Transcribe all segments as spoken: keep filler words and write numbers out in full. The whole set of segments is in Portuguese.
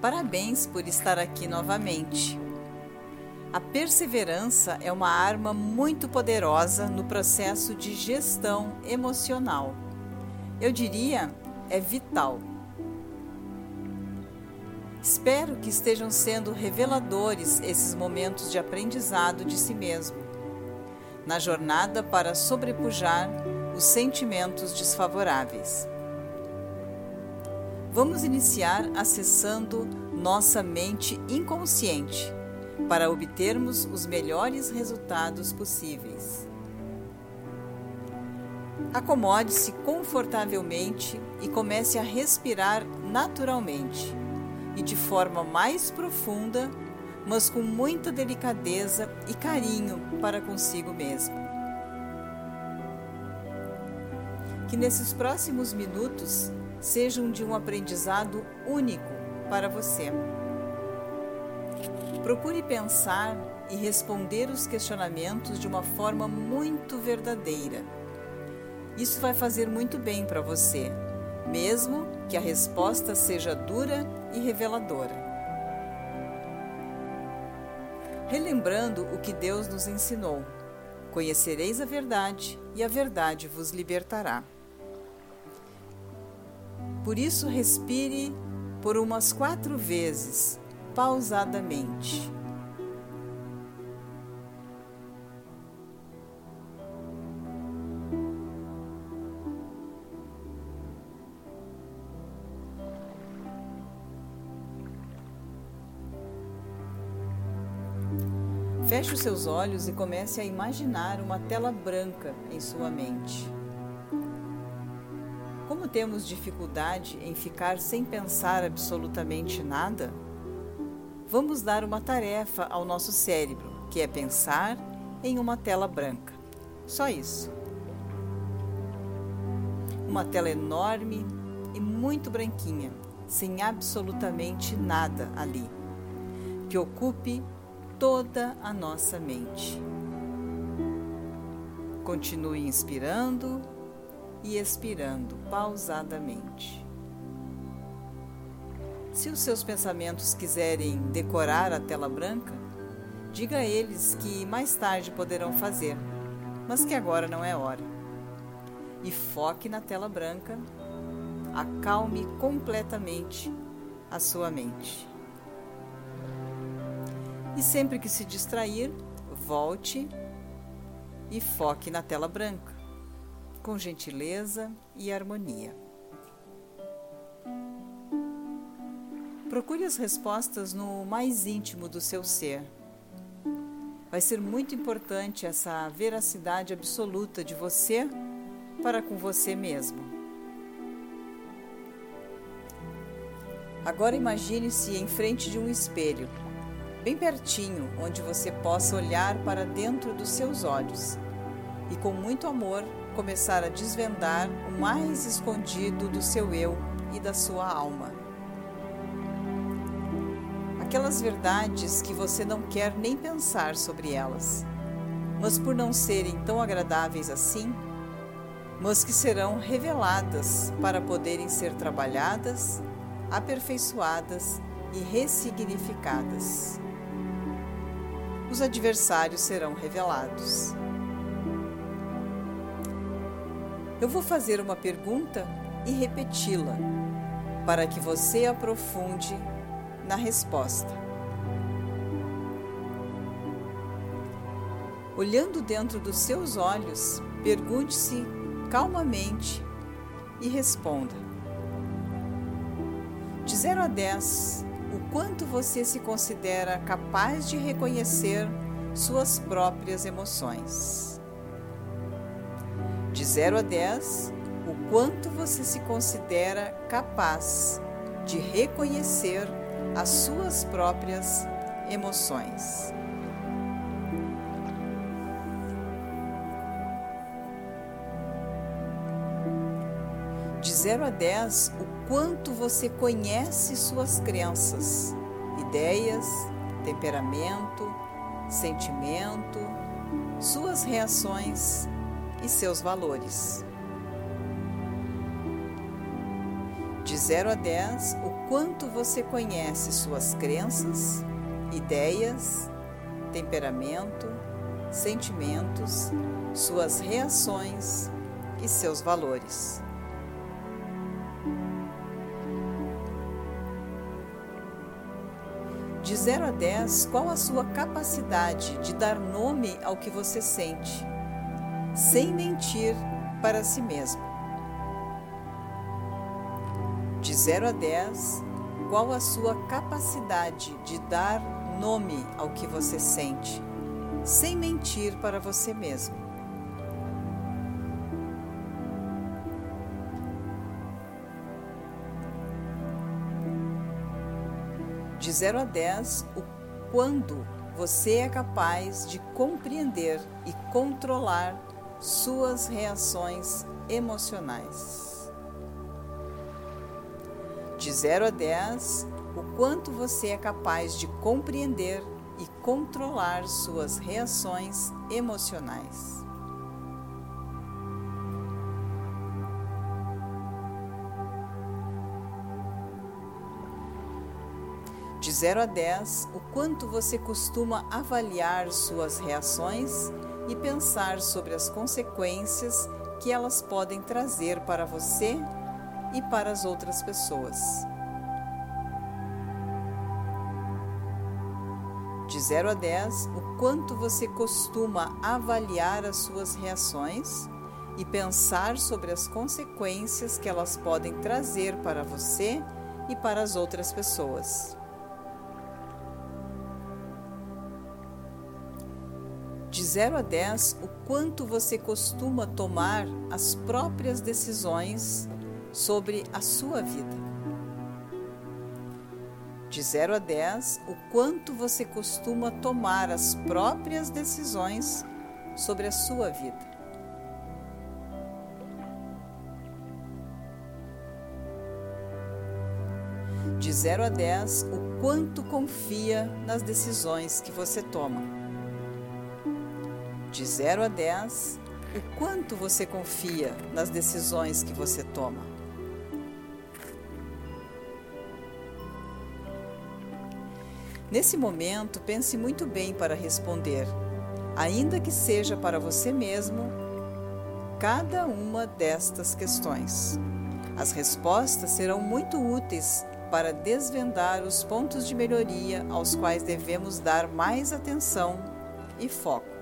Parabéns por estar aqui novamente. A perseverança é uma arma muito poderosa no processo de gestão emocional. Eu diria, é vital. Espero que estejam sendo reveladores esses momentos de aprendizado de si mesmo, na jornada para sobrepujar os sentimentos desfavoráveis. Vamos iniciar acessando nossa mente inconsciente para obtermos os melhores resultados possíveis. Acomode-se confortavelmente e comece a respirar naturalmente e de forma mais profunda, mas com muita delicadeza e carinho para consigo mesmo. Que nesses próximos minutos sejam de um aprendizado único para você. Procure pensar e responder os questionamentos de uma forma muito verdadeira. Isso vai fazer muito bem para você, mesmo que a resposta seja dura e reveladora. Relembrando o que Deus nos ensinou: conhecereis a verdade e a verdade vos libertará. Por isso, respire por umas quatro vezes, pausadamente. Feche os seus olhos e comece a imaginar uma tela branca em sua mente. Como temos dificuldade em ficar sem pensar absolutamente nada, vamos dar uma tarefa ao nosso cérebro, que é pensar em uma tela branca. Só isso. Uma tela enorme e muito branquinha, sem absolutamente nada ali, que ocupe toda a nossa mente. Continue inspirando e expirando pausadamente. Se os seus pensamentos quiserem decorar a tela branca, diga a eles que mais tarde poderão fazer, mas que agora não é hora. E foque na tela branca, acalme completamente a sua mente. E sempre que se distrair, volte e foque na tela branca, com gentileza e harmonia. Procure as respostas no mais íntimo do seu ser. Vai ser muito importante essa veracidade absoluta de você para com você mesmo. Agora imagine-se em frente de um espelho, bem pertinho, onde você possa olhar para dentro dos seus olhos e, com muito amor, começar a desvendar o mais escondido do seu eu e da sua alma. Aquelas verdades que você não quer nem pensar sobre elas, mas por não serem tão agradáveis assim, mas que serão reveladas para poderem ser trabalhadas, aperfeiçoadas e ressignificadas. Os adversários serão revelados. Eu vou fazer uma pergunta e repeti-la, para que você aprofunde na resposta. Olhando dentro dos seus olhos, pergunte-se calmamente e responda. De zero a dez, o quanto você se considera capaz de reconhecer suas próprias emoções? De zero a dez, o quanto você se considera capaz de reconhecer as suas próprias emoções? De zero a dez, o quanto você conhece suas crenças, ideias, temperamento, sentimento, suas reações e seus valores. De zero a dez, o quanto você conhece suas crenças, ideias, temperamento, sentimentos, suas reações e seus valores. De zero a dez, qual a sua capacidade de dar nome ao que você sente, sem mentir para si mesmo? De zero a dez, qual a sua capacidade de dar nome ao que você sente, sem mentir para você mesmo? De zero a dez, o quando você é capaz de compreender e controlar suas reações emocionais. De zero a dez, o quanto você é capaz de compreender e controlar suas reações emocionais. De zero a dez, o quanto você costuma avaliar suas reações e pensar sobre as consequências que elas podem trazer para você e para as outras pessoas. De zero a dez, o quanto você costuma avaliar as suas reações e pensar sobre as consequências que elas podem trazer para você e para as outras pessoas. De zero a dez, o quanto você costuma tomar as próprias decisões sobre a sua vida. De zero a dez, o quanto você costuma tomar as próprias decisões sobre a sua vida. De zero a dez, o quanto confia nas decisões que você toma. De zero a dez, o quanto você confia nas decisões que você toma. Nesse momento, pense muito bem para responder, ainda que seja para você mesmo, cada uma destas questões. As respostas serão muito úteis para desvendar os pontos de melhoria aos quais devemos dar mais atenção e foco.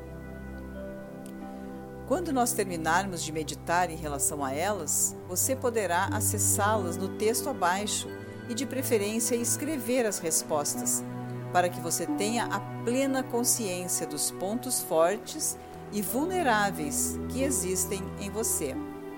Quando nós terminarmos de meditar em relação a elas, você poderá acessá-las no texto abaixo e, de preferência, escrever as respostas, para que você tenha a plena consciência dos pontos fortes e vulneráveis que existem em você.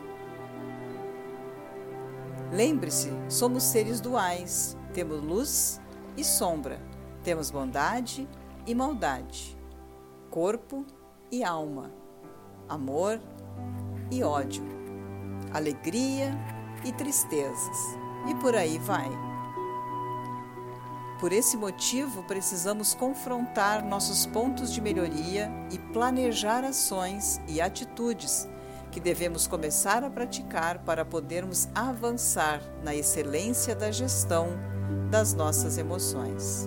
Lembre-se, somos seres duais, temos luz e sombra, temos bondade e maldade, corpo e alma, amor e ódio, alegria e tristezas, e por aí vai. Por esse motivo, precisamos confrontar nossos pontos de melhoria e planejar ações e atitudes que devemos começar a praticar para podermos avançar na excelência da gestão das nossas emoções.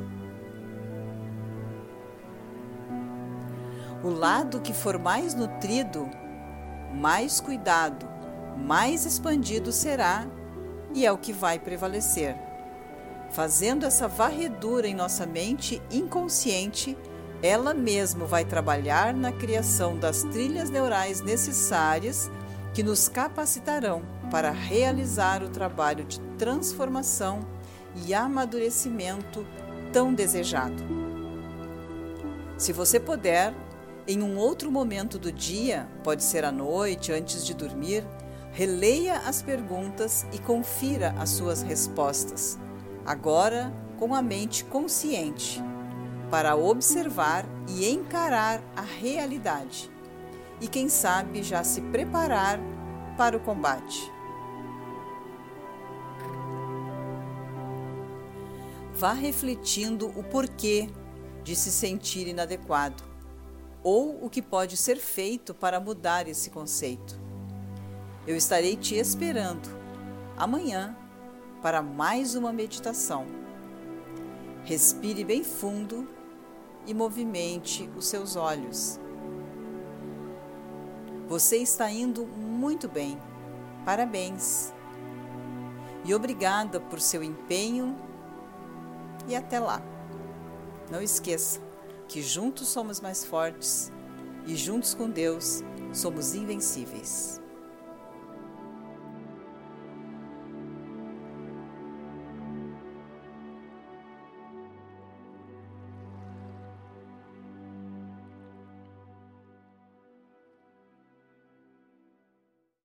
O lado que for mais nutrido, mais cuidado, mais expandido será e é o que vai prevalecer. Fazendo essa varredura em nossa mente inconsciente, ela mesma vai trabalhar na criação das trilhas neurais necessárias que nos capacitarão para realizar o trabalho de transformação e amadurecimento tão desejado. Se você puder, em um outro momento do dia, pode ser à noite, antes de dormir, releia as perguntas e confira as suas respostas, agora com a mente consciente, para observar e encarar a realidade e, quem sabe, já se preparar para o combate. Vá refletindo o porquê de se sentir inadequado ou o que pode ser feito para mudar esse conceito. Eu estarei te esperando amanhã para mais uma meditação. Respire bem fundo e movimente os seus olhos. Você está indo muito bem. Parabéns! E obrigada por seu empenho e até lá. Não esqueça que juntos somos mais fortes e juntos com Deus somos invencíveis.